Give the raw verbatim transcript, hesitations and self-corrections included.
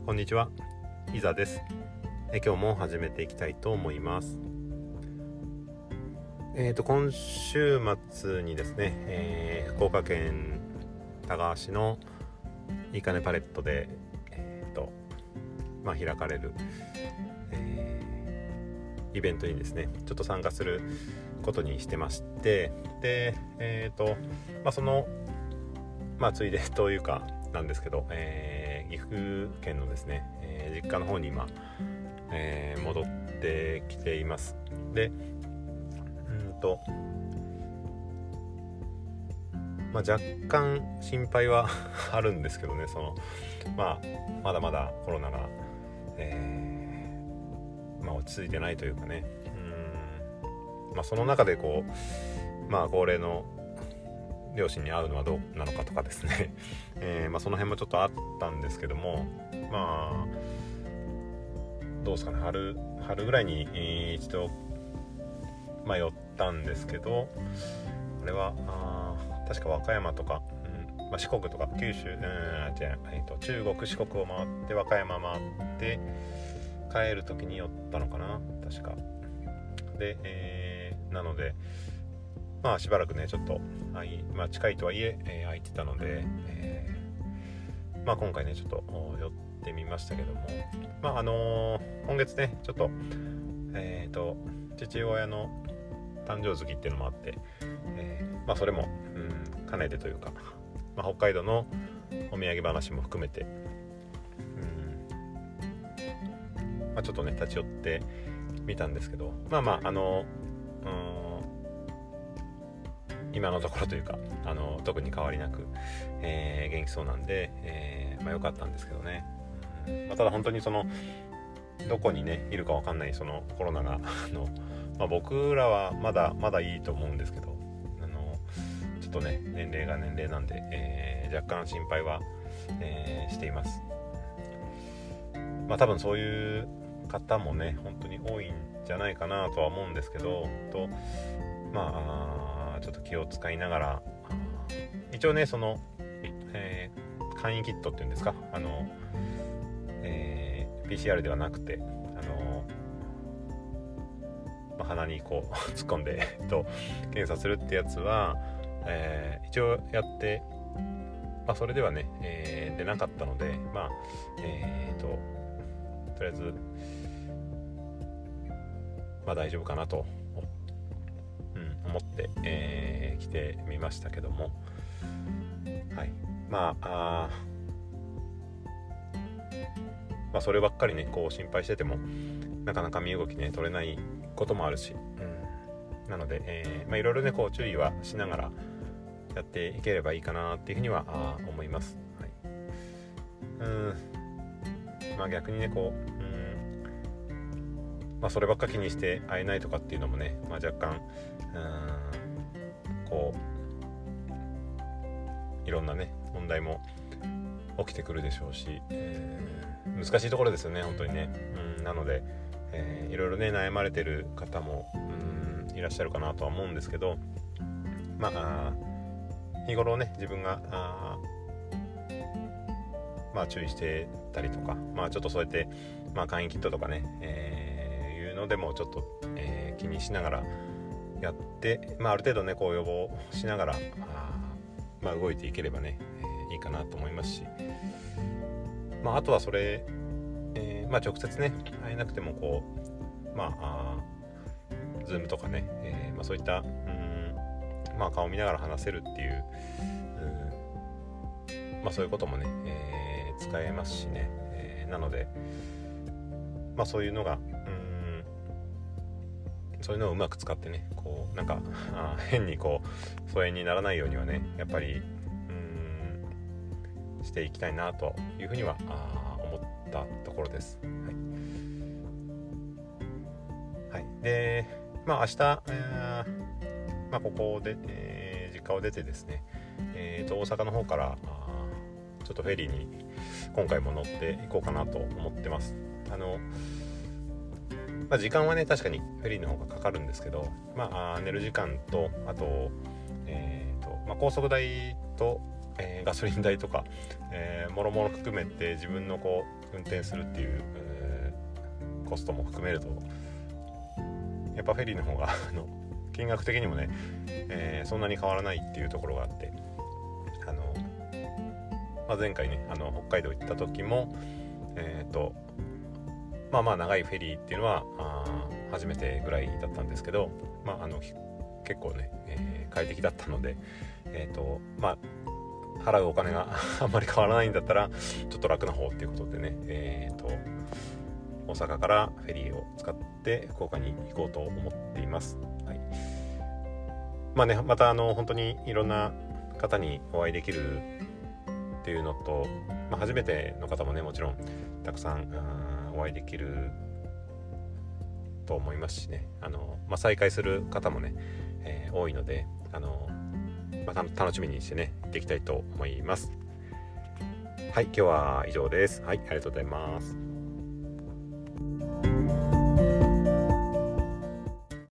こんにちは、いざです。え今日も始めていきたいと思います。えーと今週末にですね、えー、福岡県田川市のいいかねパレットで、えーとまあ、開かれる、えー、イベントにですねちょっと参加することにしてまして、でえーと、まあ、そのまあついでというかなんですけど、えー岐阜県のですね、えー、実家の方に今、えー、戻ってきています。で、うんと、まあ、若干心配はあるんですけどね、その、まあ、まだまだコロナが、えーまあ、落ち着いてないというかね、うん、まあ、その中でこう、まあ、高齢の両親に会うのはどうなのかとかですね、えーまあ、その辺もちょっとあったんですけども、まあどうですかね、春春ぐらいに、えー、一度迷ったんですけど、これはあ確か和歌山とか、うんまあ、四国とか九州、うんじゃあ、えーと、中国四国を回って和歌山回って帰る時に寄ったのかな確かで、えー、なのでまあしばらくねちょっと、まあ、近いとはいええー、空いてたので、えー、まあ今回ねちょっと寄ってみましたけども、まああのー、今月ねちょっとえっと父親の誕生月っていうのもあって、えー、まあそれも、うん、兼ねてというか、まあ、北海道のお土産話も含めて、うんまあ、ちょっとね立ち寄ってみたんですけど、まあまああのうん今のところというかあの特に変わりなく、えー、元気そうなんで、えーまあ、良かったんですけどね、うんまあ、ただ本当にそのどこにねいるか分かんないそのコロナがあの、まあ、僕らはまだまだいいと思うんですけど、あのちょっとね年齢が年齢なんで、えー、若干心配は、えー、しています。まあ多分そういう方もね本当に多いんじゃないかなとは思うんですけど、とまあちょっと気を使いながら一応ねその、えー、簡易キットっていうんですか、あの、えー、ピーシーアール ではなくてあの、まあ、鼻にこう突っ込んでと検査するってやつは、えー、一応やって、まあ、それではね、えー、出なかったのでまあえーととりあえずまあ大丈夫かなと思って、えー、来てみましたけども、はい、まあ、あまあそればっかりねこう心配しててもなかなか身動きね取れないこともあるし、うん、なので、えー、まあいろいろねこう注意はしながらやっていければいいかなっていうふうにはあ思います。はい、うんまあ逆にねこう、うんまあ、そればっか気にして会えないとかっていうのもね、まあ、若干うんこういろんなね問題も起きてくるでしょうし、えー、難しいところですよね本当にね、うん、なので、えー、いろいろね悩まれてる方もうんいらっしゃるかなとは思うんですけど、まあ日頃ね自分があまあ注意してたりとか、まあちょっとそうやってまあ簡易キットとかね、えー、いうのでもちょっと、えー、気にしながらやって、まあ、ある程度ねこう予防しながらあ、まあ、動いていければね、えー、いいかなと思いますし、まあ、あとはそれ、えーまあ、直接ね会えなくてもこうまああ Zoom とかね、えーまあ、そういったうん、まあ、顔見ながら話せるっていう、うんまあ、そういうこともね、えー、使えますしね、えー、なので、まあ、そういうのがそういうのをうまく使ってねこうなんかあ変にこう疎遠にならないようにはねやっぱりうーんしていきたいなというふうにはあ思ったところです。はい、はい、でまあ明日、えーまあ、ここで、えー、実家を出てですね、えー、と大阪の方からあちょっとフェリーに今回も乗っていこうかなと思ってます。あのまあ、時間はね確かにフェリーの方がかかるんですけど、まあ、寝る時間とあと,、えーとまあ、高速代と、えー、ガソリン代とか、えー、もろもろ含めて自分のこう運転するっていう、えー、コストも含めるとやっぱフェリーの方があの金額的にもね、えー、そんなに変わらないっていうところがあって、あの、まあ、前回ねあの北海道行った時もえっとまあまあ長いフェリーっていうのはあ初めてぐらいだったんですけど、まああの結構ね、えー、快適だったので、えっとまあ払うお金があんまり変わらないんだったらちょっと楽な方っていうことでね、えっと大阪からフェリーを使って福岡に行こうと思っています。はい、まあね、またあの本当にいろんな方にお会いできるっていうのと、まあ、初めての方もねもちろんたくさんお会いできると思いますしね、あの、まあ、再会する方もね、えー、多いので、あの、まあ、楽しみにしてね行っていきたいと思います。はい、今日は以上です。はい、ありがとうございます。